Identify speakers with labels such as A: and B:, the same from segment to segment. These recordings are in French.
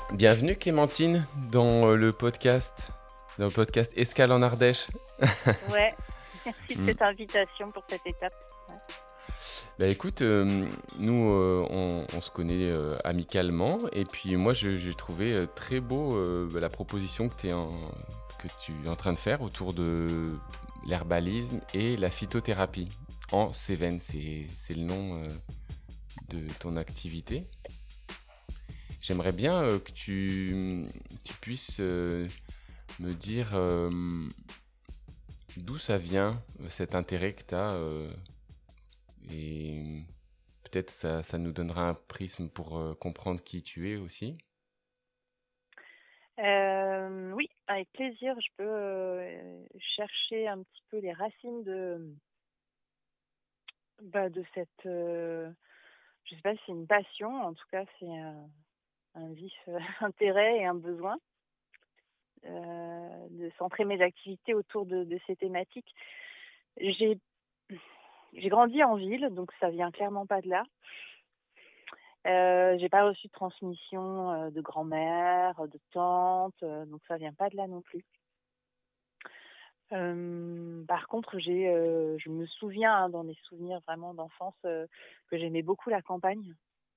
A: Bienvenue Clémentine dans le podcast Escale en Ardèche.
B: Ouais, merci de
A: Mm.
B: cette invitation pour cette étape. Ouais.
A: Bah écoute, nous on se connaît amicalement et puis moi j'ai trouvé très beau la proposition que tu es en train de faire autour de l'herbalisme et la phytothérapie en Cévennes. C'est le nom de ton activité. J'aimerais bien que tu puisses me dire d'où ça vient, cet intérêt que tu as, et peut-être ça nous donnera un prisme pour comprendre qui tu es aussi.
B: Oui, avec plaisir, je peux chercher un petit peu les racines de cette, je sais pas si c'est une passion, en tout cas c'est un vif intérêt et un besoin de centrer mes activités autour de ces thématiques. J'ai j'ai grandi en ville, donc ça vient clairement pas de là. J'ai pas reçu de transmission de grand-mère, de tante, donc ça vient pas de là non plus. Par contre, je me souviens, hein, dans mes souvenirs vraiment d'enfance, que j'aimais beaucoup la campagne.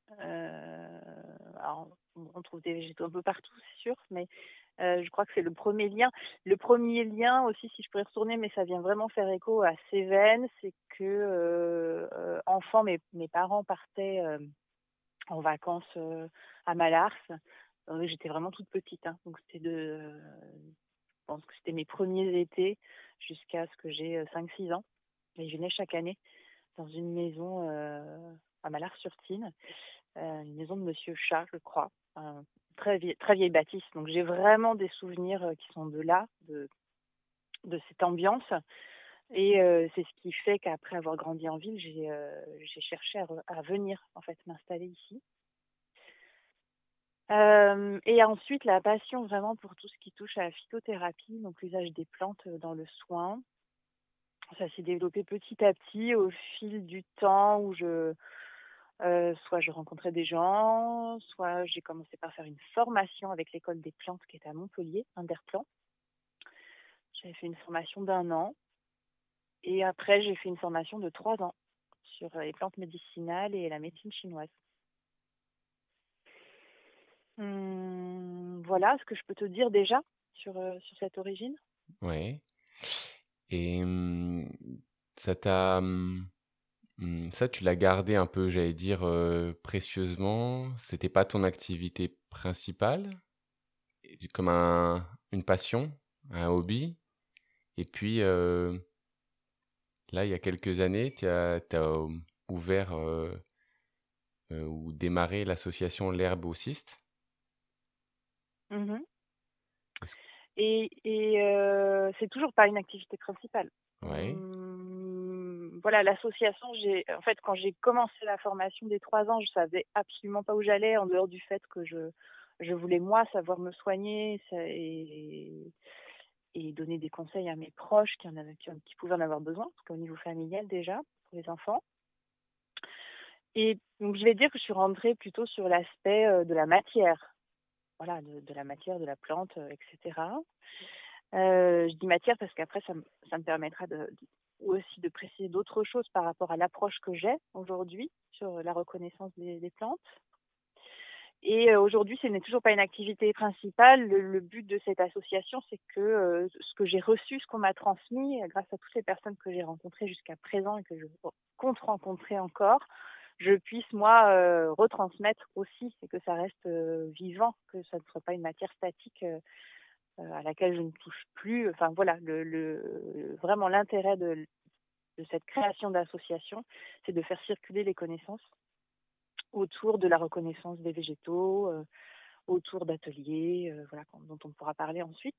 B: Alors on trouve des végétaux un peu partout, c'est sûr, mais je crois que c'est le premier lien. Le premier lien aussi, si je pourrais retourner, mais ça vient vraiment faire écho à Cévennes, c'est que, enfant, mes parents partaient, en vacances, à Malars. J'étais vraiment toute petite, hein, donc je pense que c'était mes premiers étés jusqu'à ce que j'ai 5-6 ans. Et je venais chaque année dans une maison à Malars-sur-Tine, une maison de Monsieur Chat, je crois, très vieille bâtisse. Donc j'ai vraiment des souvenirs qui sont de là, de cette ambiance. Et c'est ce qui fait qu'après avoir grandi en ville, j'ai cherché à venir en fait m'installer ici. Et ensuite, la passion vraiment pour tout ce qui touche à la phytothérapie, donc l'usage des plantes dans le soin. Ça s'est développé petit à petit au fil du temps où soit je rencontrais des gens, soit j'ai commencé par faire une formation avec l'école des plantes qui est à Montpellier, Inderplant. J'avais fait une formation d'1 an et après j'ai fait une formation de 3 ans sur les plantes médicinales et la médecine chinoise. Voilà ce que je peux te dire déjà sur cette origine.
A: Ouais. Et ça t'a, ça tu l'as gardé un peu, j'allais dire précieusement. C'était pas ton activité principale, comme une passion, un hobby. Et puis là, il y a quelques années, t'as ouvert ou démarré l'association L'Herbe aux Cystes.
B: Mhm.
A: Est-ce-
B: Et c'est toujours pas une activité principale.
A: Ouais,
B: Voilà, l'association, en fait, quand j'ai commencé la formation des 3 ans, je savais absolument pas où j'allais, en dehors du fait que je voulais, moi, savoir me soigner et donner des conseils à mes proches qui pouvaient en avoir besoin, parce qu'au niveau familial déjà, pour les enfants. Et donc, je vais dire que je suis rentrée plutôt sur l'aspect de la matière, voilà, de la matière, de la plante, etc. Je dis matière parce qu'après, ça me permettra aussi de préciser d'autres choses par rapport à l'approche que j'ai aujourd'hui sur la reconnaissance des plantes. Et aujourd'hui, ce n'est toujours pas une activité principale. Le but de cette association, c'est que ce que j'ai reçu, ce qu'on m'a transmis, grâce à toutes les personnes que j'ai rencontrées jusqu'à présent et que je compte rencontrer encore, je puisse, moi, retransmettre aussi et que ça reste vivant, que ça ne soit pas une matière statique à laquelle je ne touche plus. Enfin voilà, vraiment l'intérêt de cette création d'association, c'est de faire circuler les connaissances autour de la reconnaissance des végétaux, autour d'ateliers, voilà, dont on pourra parler ensuite.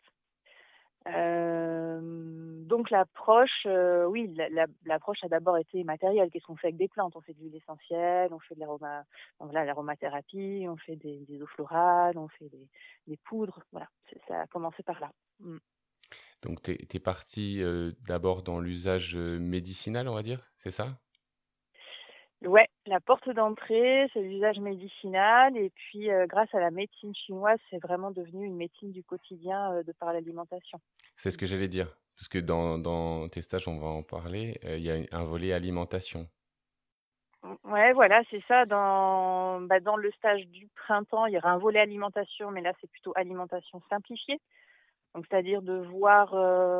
B: Donc l'approche, oui, l'approche a d'abord été matérielle. Qu'est-ce qu'on fait avec des plantes? On fait de l'huile essentielle, on fait de voilà, l'aromathérapie, on fait des eaux florales, on fait des poudres. Voilà, ça a commencé par là. Mm.
A: donc t'es parti d'abord dans l'usage médicinal, on va dire, c'est ça?
B: Ouais, la porte d'entrée, c'est l'usage médicinal et puis, grâce à la médecine chinoise, c'est vraiment devenu une médecine du quotidien, de par l'alimentation.
A: C'est ce que j'allais dire. Parce que dans tes stages, on va en parler, il y a un volet alimentation.
B: Ouais, voilà, c'est ça. Dans le stage du printemps, il y aura un volet alimentation, mais là, c'est plutôt alimentation simplifiée. Donc, c'est-à-dire de voir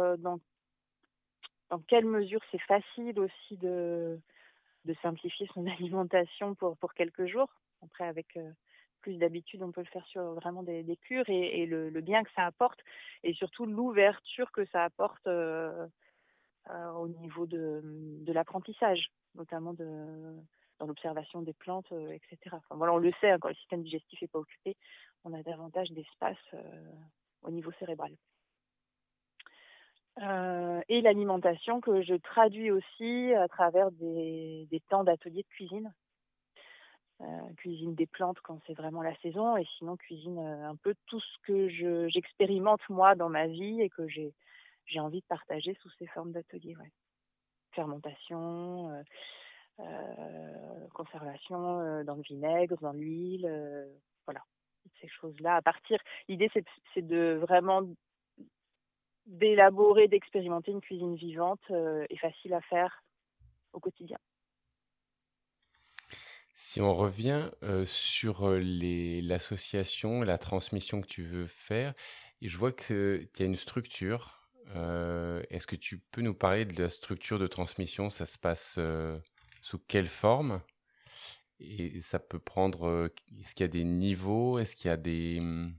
B: dans quelle mesure c'est facile aussi de simplifier son alimentation pour quelques jours. Après, avec plus d'habitude, on peut le faire sur vraiment des cures et le bien que ça apporte et surtout l'ouverture que ça apporte au niveau de l'apprentissage, notamment dans l'observation des plantes, etc. Enfin, voilà, on le sait, hein, quand le système digestif n'est pas occupé, on a davantage d'espace au niveau cérébral. Et l'alimentation que je traduis aussi à travers des temps d'ateliers de cuisine. Cuisine des plantes quand c'est vraiment la saison et sinon cuisine un peu tout ce que j'expérimente moi dans ma vie et que j'ai envie de partager sous ces formes d'ateliers. Ouais. Fermentation, conservation dans le vinaigre, dans l'huile, voilà, toutes ces choses-là. L'idée c'est de vraiment d'élaborer, d'expérimenter une cuisine vivante et facile à faire au quotidien.
A: Si on revient sur l'association, la transmission que tu veux faire, et je vois qu'il y a une structure. Est-ce que tu peux nous parler de la structure de transmission? Ça se passe sous quelle forme? Et ça peut prendre... est-ce qu'il y a des niveaux? Est-ce qu'il y a des...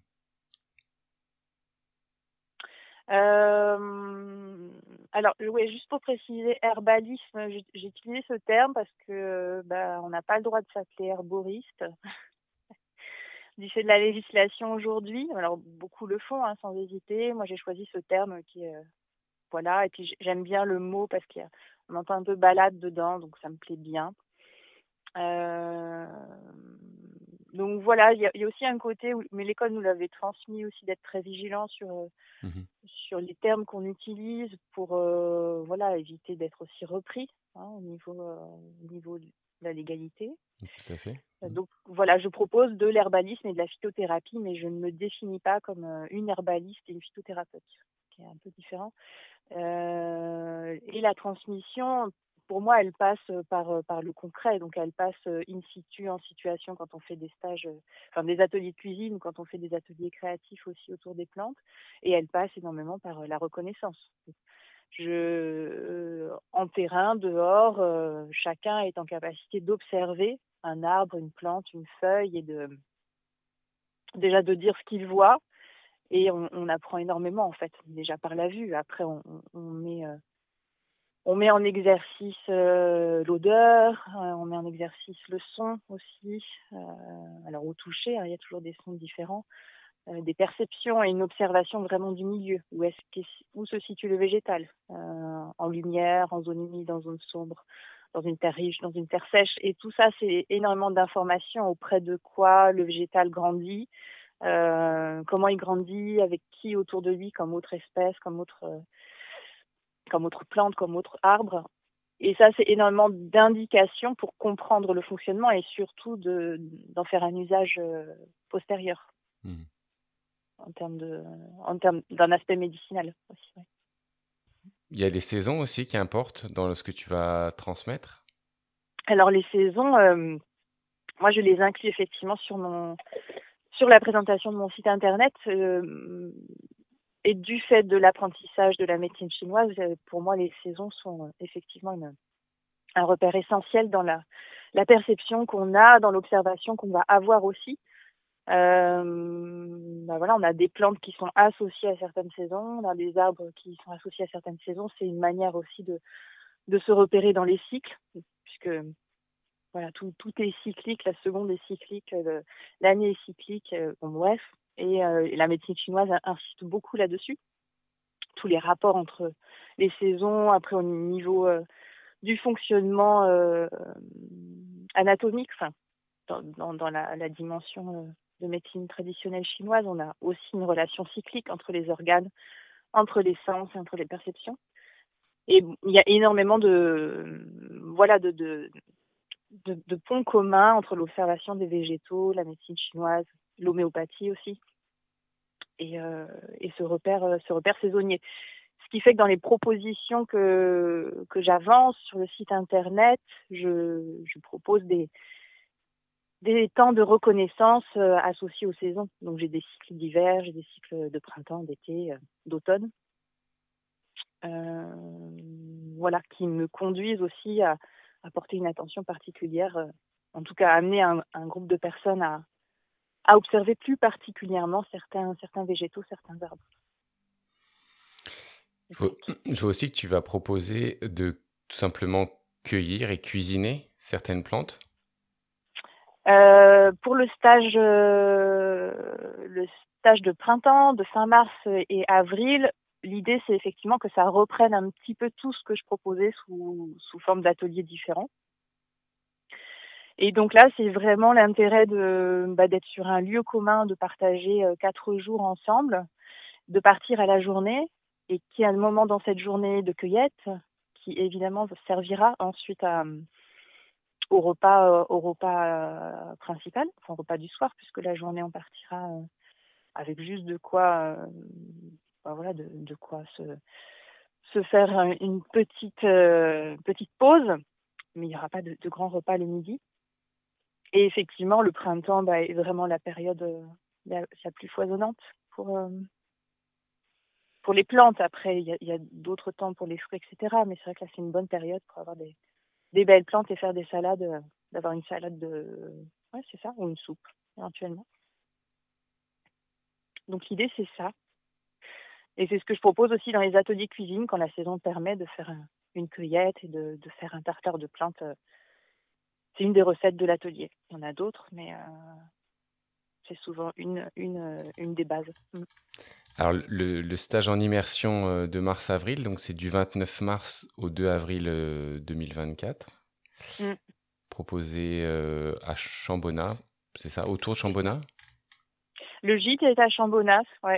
B: Alors, ouais, juste pour préciser, herbalisme, j'ai utilisé ce terme parce que on n'a pas le droit de s'appeler herboriste du fait de la législation aujourd'hui. Alors, beaucoup le font hein, sans hésiter. Moi, j'ai choisi ce terme qui est voilà. Et puis, j'aime bien le mot parce qu'on entend un peu balade dedans, donc ça me plaît bien. Euh, donc voilà, il y a aussi un côté mais l'école nous l'avait transmis aussi d'être très vigilant
A: Mhm.
B: sur les termes qu'on utilise pour voilà éviter d'être aussi repris hein, au niveau de la légalité.
A: Tout à fait.
B: Donc voilà, je propose de l'herbalisme et de la phytothérapie, mais je ne me définis pas comme une herbaliste et une phytothérapeute, ce qui est un peu différent. Et la transmission, pour moi, elle passe par le concret. Donc, elle passe in situ, en situation, quand on fait des stages, enfin des ateliers de cuisine, quand on fait des ateliers créatifs aussi autour des plantes. Et elle passe énormément par la reconnaissance. En terrain, dehors, chacun est en capacité d'observer un arbre, une plante, une feuille et déjà de dire ce qu'il voit. Et on apprend énormément, en fait, déjà par la vue. Après, on met en exercice l'odeur, on met en exercice le son aussi. Alors au toucher, hein, il y a toujours des sons différents, des perceptions et une observation vraiment du milieu. Où se situe le végétal en lumière, en zone humide, en zone sombre, dans une terre riche, dans une terre sèche. Et tout ça, c'est énormément d'informations auprès de quoi le végétal grandit, comment il grandit, avec qui autour de lui comme autre espèce, comme autre plante, comme autre arbre. Et ça, c'est énormément d'indications pour comprendre le fonctionnement et surtout d'en faire un usage postérieur en termes d'un aspect médicinal aussi. Ouais.
A: Il y a des saisons aussi qui importent dans ce que tu vas transmettre?
B: Alors les saisons, moi je les inclus effectivement sur la présentation de mon site internet. Et du fait de l'apprentissage de la médecine chinoise, pour moi les saisons sont effectivement un repère essentiel dans la perception qu'on a, dans l'observation qu'on va avoir aussi. Voilà, on a des plantes qui sont associées à certaines saisons, on a des arbres qui sont associés à certaines saisons. C'est une manière aussi de se repérer dans les cycles, puisque voilà, tout est cyclique, la seconde est cyclique, l'année est cyclique, bon, bref. Et la médecine chinoise insiste beaucoup là-dessus. Tous les rapports entre les saisons, après au niveau du fonctionnement anatomique, enfin, dans la dimension de médecine traditionnelle chinoise, on a aussi une relation cyclique entre les organes, entre les sens, entre les perceptions. Et il y a énormément de ponts communs entre l'observation des végétaux, la médecine chinoise, l'homéopathie aussi, et ce repère saisonnier. Ce qui fait que dans les propositions que j'avance sur le site internet, je propose des temps de reconnaissance associés aux saisons. Donc j'ai des cycles d'hiver, j'ai des cycles de printemps, d'été, d'automne. Voilà, qui me conduisent aussi à porter une attention particulière, en tout cas à amener un groupe de personnes à observer plus particulièrement certains végétaux, certains arbres.
A: Je vois aussi que tu vas proposer de tout simplement cueillir et cuisiner certaines plantes.
B: Pour le stage de printemps, de fin mars et avril, l'idée c'est effectivement que ça reprenne un petit peu tout ce que je proposais sous forme d'ateliers différents. Et donc là, c'est vraiment l'intérêt d'être sur un lieu commun, de partager 4 jours ensemble, de partir à la journée, et qu'il y a un moment dans cette journée de cueillette qui évidemment servira ensuite au repas principal, enfin au repas du soir, puisque la journée on partira avec juste de quoi, voilà, de quoi se faire une petite pause, mais il n'y aura pas de grand repas le midi. Et effectivement, le printemps est vraiment la période la plus foisonnante pour les plantes. Après, il y a d'autres temps pour les fruits, etc. Mais c'est vrai que là, c'est une bonne période pour avoir des belles plantes et faire des salades, d'avoir une salade ouais, c'est ça, ou une soupe, éventuellement. Donc l'idée, c'est ça. Et c'est ce que je propose aussi dans les ateliers cuisine, quand la saison permet de faire une cueillette et de faire un tartare de plantes. C'est une des recettes de l'atelier. Il y en a d'autres, mais c'est souvent une des bases.
A: Alors, le stage en immersion de mars-avril, donc c'est du 29 mars au 2 avril 2024, proposé à Chambonnat, c'est ça, autour de Chambonnat?
B: Le gîte est à Chambonnat, ouais.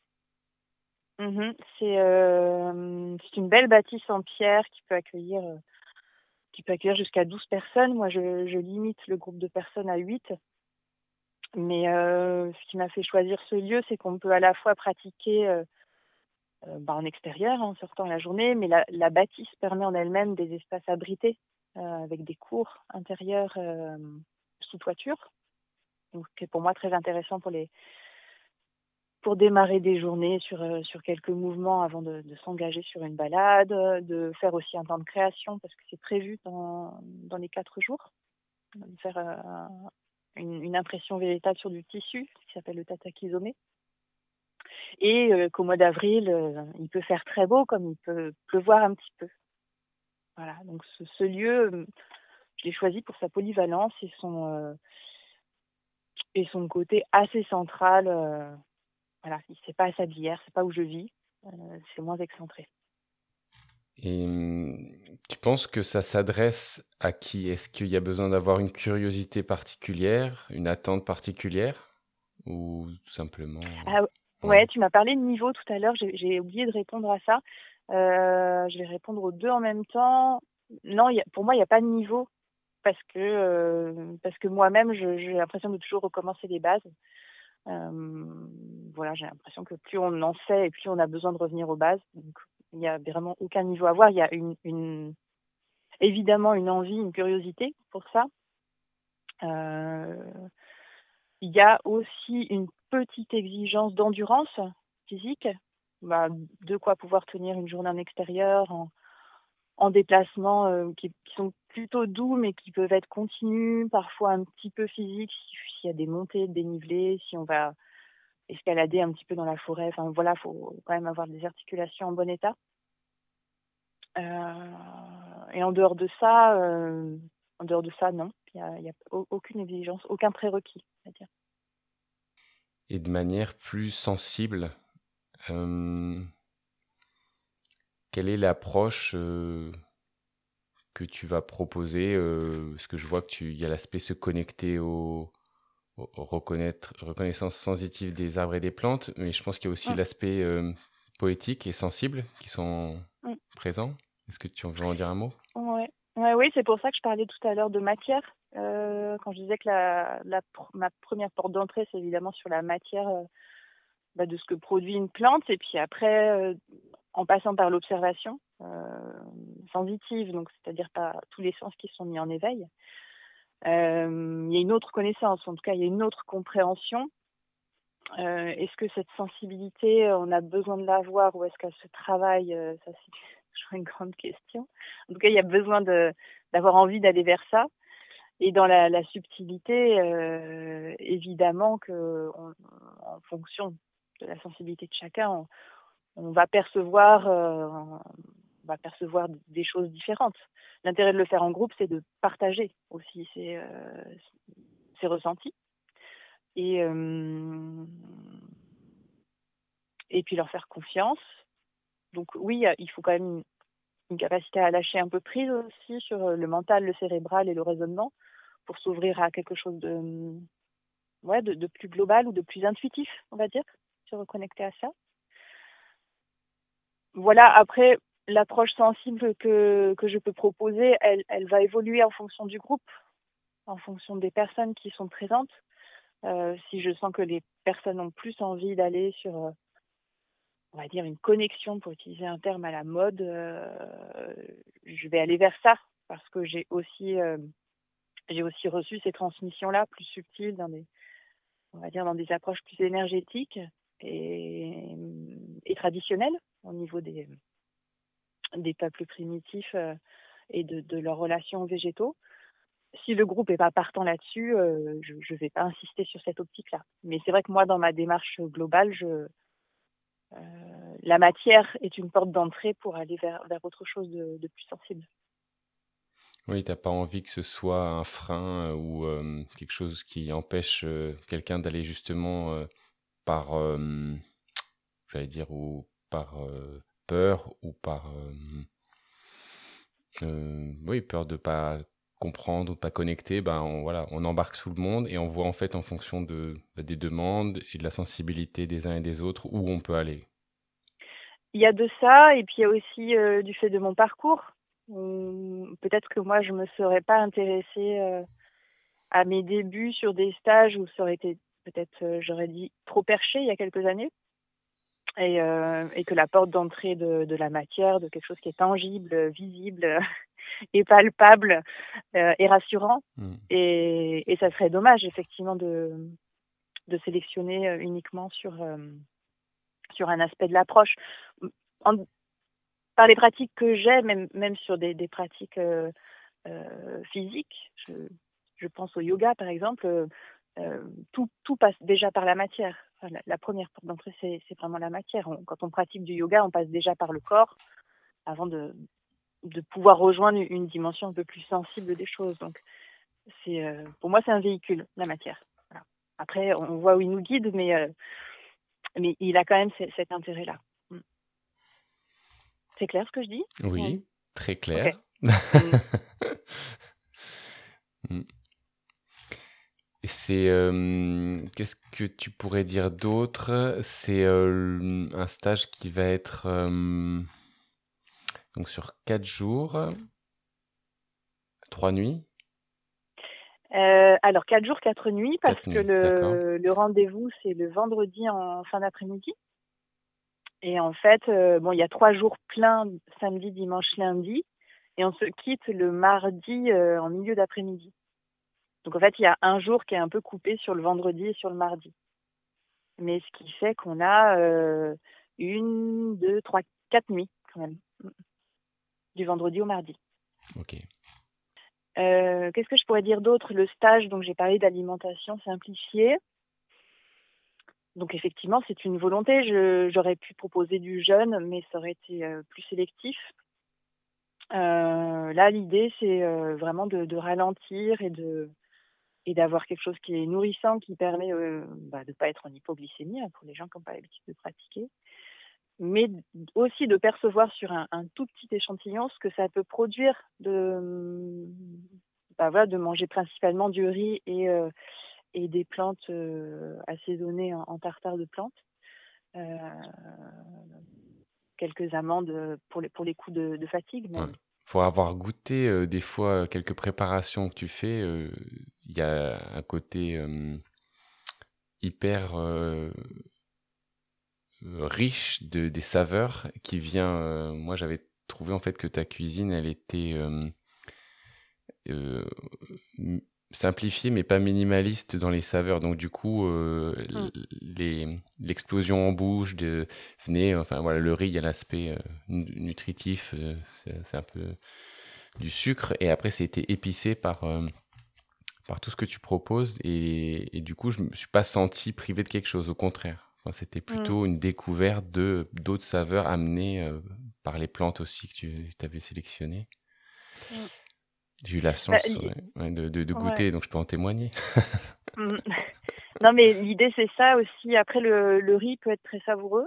B: C'est une belle bâtisse en pierre qui peut accueillir jusqu'à 12 personnes. Moi, je limite le groupe de personnes à 8. Mais ce qui m'a fait choisir ce lieu, c'est qu'on peut à la fois pratiquer en extérieur en sortant la journée, mais la bâtisse permet en elle-même des espaces abrités avec des cours intérieurs sous toiture. Donc, c'est pour moi très intéressant pour démarrer des journées sur quelques mouvements avant de s'engager sur une balade, de faire aussi un temps de création parce que c'est prévu dans les 4 jours, de faire une impression végétale sur du tissu qui s'appelle le tatakizome. Et qu'au mois d'avril, il peut faire très beau comme il peut pleuvoir un petit peu. Voilà, donc ce lieu, je l'ai choisi pour sa polyvalence et son côté assez central. Voilà, c'est pas à Sablières, c'est pas où je vis, c'est moins excentré.
A: Et tu penses que ça s'adresse à qui? Est-ce qu'il y a besoin d'avoir une curiosité particulière, une attente particulière, ou tout simplement...
B: Ouais, tu m'as parlé de niveau tout à l'heure, j'ai oublié de répondre à ça. Je vais répondre aux deux en même temps. Non, pour moi, il n'y a pas de niveau parce que moi-même, j'ai l'impression de toujours recommencer les bases. Voilà, j'ai l'impression que plus on en sait et plus on a besoin de revenir aux bases. Donc, il n'y a vraiment aucun niveau à voir. Il y a évidemment une envie, une curiosité pour ça. Il y a aussi une petite exigence d'endurance physique, de quoi pouvoir tenir une journée en extérieur, en déplacement qui sont plutôt doux, mais qui peuvent être continus, parfois un petit peu physiques, s'il y a des montées, des dénivelés, si on va escalader un petit peu dans la forêt. Enfin voilà, il faut quand même avoir des articulations en bon état. Et en dehors de ça, non. Il n'y a aucune exigence, aucun prérequis, on va dire.
A: Et de manière plus sensible, quelle est l'approche que tu vas proposer parce que je vois qu'il y a l'aspect se connecter au reconnaissance sensitive des arbres et des plantes, mais je pense qu'il y a aussi l'aspect poétique et sensible qui sont présents. Est-ce que tu veux en dire un mot?
B: Ouais. Ouais, oui, c'est pour ça que je parlais tout à l'heure de matière. Quand je disais que ma première porte d'entrée, c'est évidemment sur la matière de ce que produit une plante. Et puis après, en passant par l'observation sensitive, donc c'est-à-dire par tous les sens qui sont mis en éveil, il y a une autre connaissance, en tout cas, il y a une autre compréhension. Est-ce que cette sensibilité, on a besoin de l'avoir ou est-ce qu'elle se travaille? Ça, c'est toujours une grande question. En tout cas, il y a besoin d'avoir envie d'aller vers ça. Et dans la subtilité, évidemment en fonction de la sensibilité de chacun, on va percevoir des choses différentes. L'intérêt de le faire en groupe, c'est de partager aussi ses ressentis et et puis leur faire confiance. Donc oui, il faut quand même une capacité à lâcher un peu prise aussi sur le mental, le cérébral et le raisonnement pour s'ouvrir à quelque chose de plus global ou de plus intuitif, on va dire, se reconnecter à ça. Voilà, après, l'approche sensible que je peux proposer, elle va évoluer en fonction du groupe, en fonction des personnes qui sont présentes. Si je sens que les personnes ont plus envie d'aller sur, on va dire, une connexion, pour utiliser un terme à la mode, je vais aller vers ça, parce que j'ai aussi reçu ces transmissions-là plus subtiles on va dire, dans des approches plus énergétiques et, et traditionnelles au niveau des peuples primitifs et de leurs relations aux végétaux. Si le groupe n'est pas partant là-dessus, je ne vais pas insister sur cette optique-là. Mais c'est vrai que moi, dans ma démarche globale, la matière est une porte d'entrée pour aller vers autre chose de plus sensible.
A: Oui, t'as pas envie que ce soit un frein ou quelque chose qui empêche quelqu'un d'aller justement par, j'allais dire, ou par peur ou par, oui, peur de pas comprendre ou de pas connecter. Ben voilà, on embarque tout le monde et on voit en fait en fonction des demandes et de la sensibilité des uns et des autres où on peut aller.
B: Il y a de ça, et puis il y a aussi du fait de mon parcours. Peut-être que moi, je ne me serais pas intéressée à mes débuts sur des stages où ça aurait été, peut-être, j'aurais dit, trop perché il y a quelques années. Et que la porte d'entrée de la matière, de quelque chose qui est tangible, visible et palpable, est rassurant. Et ça serait dommage, effectivement, de sélectionner uniquement sur un aspect de l'approche. Par les pratiques que j'ai, même sur des pratiques physiques, je pense au yoga, par exemple, tout passe déjà par la matière. Enfin, la première porte d'entrée, c'est vraiment la matière. Quand on pratique du yoga, on passe déjà par le corps avant de pouvoir rejoindre une dimension un peu plus sensible des choses. Donc, pour moi, c'est un véhicule, la matière. Voilà. Après, on voit où il nous guide, mais il a quand même cet intérêt-là. C'est clair ce que je dis?
A: Oui, très clair.
B: Okay.
A: Et c'est qu'est-ce que tu pourrais dire d'autre? C'est un stage qui va être donc sur 4 jours, 3 nuits?
B: Alors 4 jours, 4 nuits, parce
A: 4
B: que
A: nuits, d'accord.
B: le rendez-vous, c'est le vendredi en fin d'après-midi. Et en fait, il y a 3 jours pleins, samedi, dimanche, lundi, et on se quitte le mardi en milieu d'après-midi. Donc en fait, il y a un jour qui est un peu coupé sur le vendredi et sur le mardi. Mais ce qui fait qu'on a 1, 2, 3, 4 nuits quand même, du vendredi au mardi.
A: Ok.
B: Qu'est-ce que je pourrais dire d'autre? Le stage, donc j'ai parlé d'alimentation simplifiée. Donc effectivement, c'est une volonté. J'aurais pu proposer du jeûne, mais ça aurait été plus sélectif. Là, l'idée, c'est vraiment de ralentir et d'avoir quelque chose qui est nourrissant, qui permet de ne pas être en hypoglycémie, pour les gens qui n'ont pas l'habitude de pratiquer, mais aussi de percevoir sur un tout petit échantillon ce que ça peut produire de manger principalement du riz et des plantes assaisonnées en tartare de plantes. Quelques amandes pour les coups de fatigue. Mais...
A: Ouais. pour avoir goûté des fois quelques préparations que tu fais, il y a un côté hyper riche des saveurs qui vient. Moi, j'avais trouvé en fait que ta cuisine, elle était euh, m- simplifiée mais pas minimaliste dans les saveurs. Donc du coup,
B: Mm.
A: l'explosion en bouche venait. Enfin voilà, le riz, il y a l'aspect nutritif, c'est un peu du sucre, et après c'était épicé par tout ce que tu proposes, et du coup je me suis pas senti privé de quelque chose, au contraire. Enfin, c'était
B: Mm.
A: plutôt une découverte de d'autres saveurs amenées par les plantes aussi que tu avais sélectionnées.
B: Mm.
A: J'ai eu la
B: Bah,
A: chance, ouais, de
B: ouais.
A: goûter, donc je peux en témoigner.
B: Mm. Non, mais l'idée, c'est ça aussi. Après, le riz peut être très savoureux.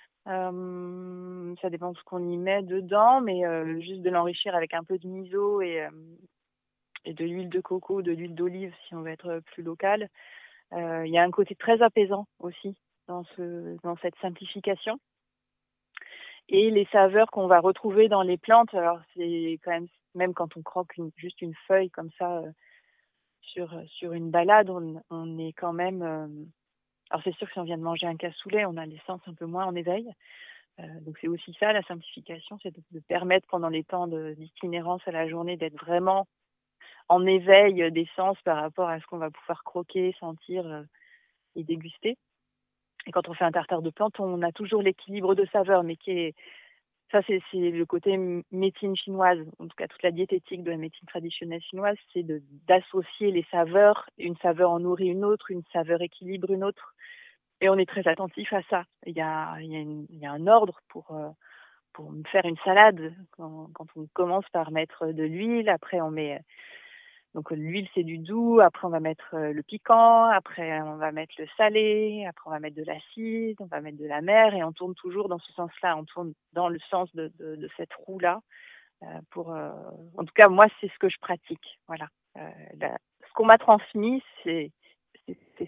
B: Ça dépend de ce qu'on y met dedans, mais juste de l'enrichir avec un peu de miso et de l'huile de coco, de l'huile d'olive, si on veut être plus local. Il y a un côté très apaisant aussi dans cette simplification. Et les saveurs qu'on va retrouver dans les plantes, alors c'est quand même quand on croque juste une feuille comme ça sur une balade, on est quand même. Alors c'est sûr que si on vient de manger un cassoulet, on a les sens un peu moins en éveil. Donc c'est aussi ça la simplification, c'est de permettre pendant les temps d'itinérance à la journée d'être vraiment en éveil des sens par rapport à ce qu'on va pouvoir croquer, sentir et déguster. Et quand on fait un tartare de plantes, on a toujours l'équilibre de saveurs, mais ça c'est le côté médecine chinoise, en tout cas toute la diététique de la médecine traditionnelle chinoise, c'est d'associer les saveurs, une saveur en nourrit une autre, une saveur équilibre une autre, et on est très attentif à ça. Il y a un ordre pour faire une salade. Quand on commence par mettre de l'huile, après on met donc l'huile c'est du doux, après on va mettre le piquant, après on va mettre le salé, après on va mettre de l'acide, on va mettre de l'amer, et on tourne toujours dans ce sens-là, on tourne dans le sens de cette roue-là. En tout cas moi c'est ce que je pratique. Voilà. Ce qu'on m'a transmis c'est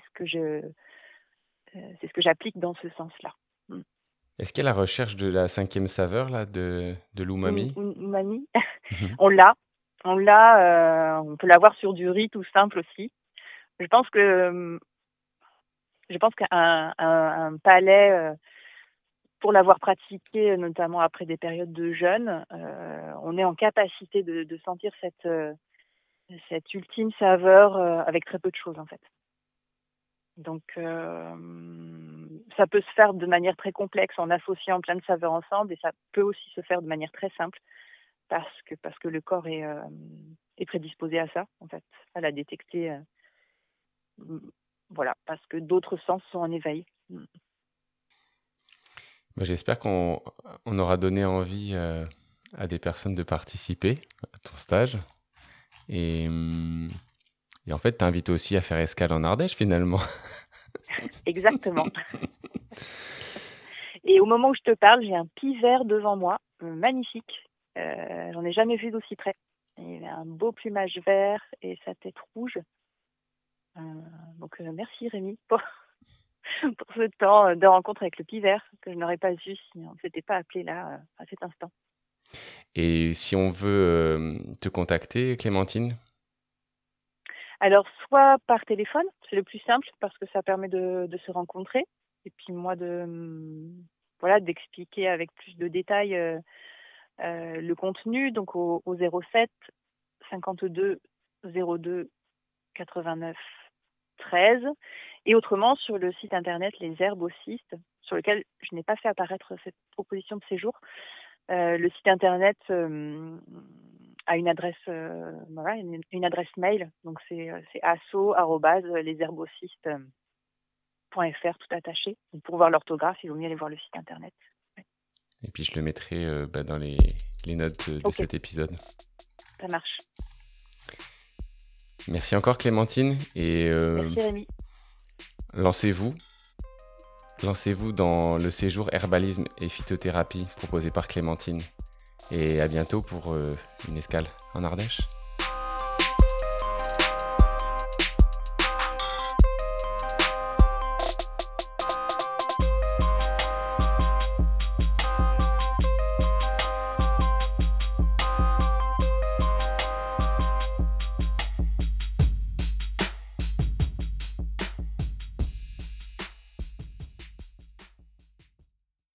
B: ce que j'applique dans ce sens-là. Mm.
A: Est-ce qu'il y a la recherche de la cinquième saveur là de l'umami?
B: Umami, on l'a. On peut l'avoir sur du riz tout simple aussi. Je pense que je pense qu'un palais, pour l'avoir pratiqué, notamment après des périodes de jeûne, on est en capacité de sentir cette ultime saveur avec très peu de choses en fait. Donc ça peut se faire de manière très complexe en associant plein de saveurs ensemble, et ça peut aussi se faire de manière très simple parce que le corps est prédisposé à ça en fait, à la détecter. Voilà, parce que d'autres sens sont en éveil.
A: Bah, j'espère qu'on aura donné envie à des personnes de participer à ton stage. Et, et en fait, t'invites aussi à faire escale en Ardèche finalement.
B: Exactement. Et au moment où je te parle, j'ai un pivert devant moi, magnifique. J'en ai jamais vu d'aussi près. Il a un beau plumage vert et sa tête rouge. Donc merci Rémi pour ce temps de rencontre avec le pivert que je n'aurais pas eu si on ne s'était pas appelé là à cet instant.
A: Et si on veut te contacter, Clémentine?
B: Alors soit par téléphone, c'est le plus simple parce que ça permet de se rencontrer, et puis moi d'expliquer avec plus de détails le contenu, donc au 07 52 02 89 13, et autrement sur le site internet Les Herbocistes, sur lequel je n'ai pas fait apparaître cette proposition de séjour. Le site internet a une adresse, une adresse mail, donc c'est asso@lesherbocistes.fr, tout attaché. Pour voir l'orthographe, il vaut mieux aller voir le site internet. Ouais.
A: Et puis je le mettrai dans les notes de
B: Ok,
A: cet épisode.
B: ça marche.
A: Merci encore Clémentine, et
B: Merci Rémi.
A: lancez-vous. Lancez-vous dans le séjour herbalisme et phytothérapie proposé par Clémentine. Et à bientôt pour une escale en Ardèche.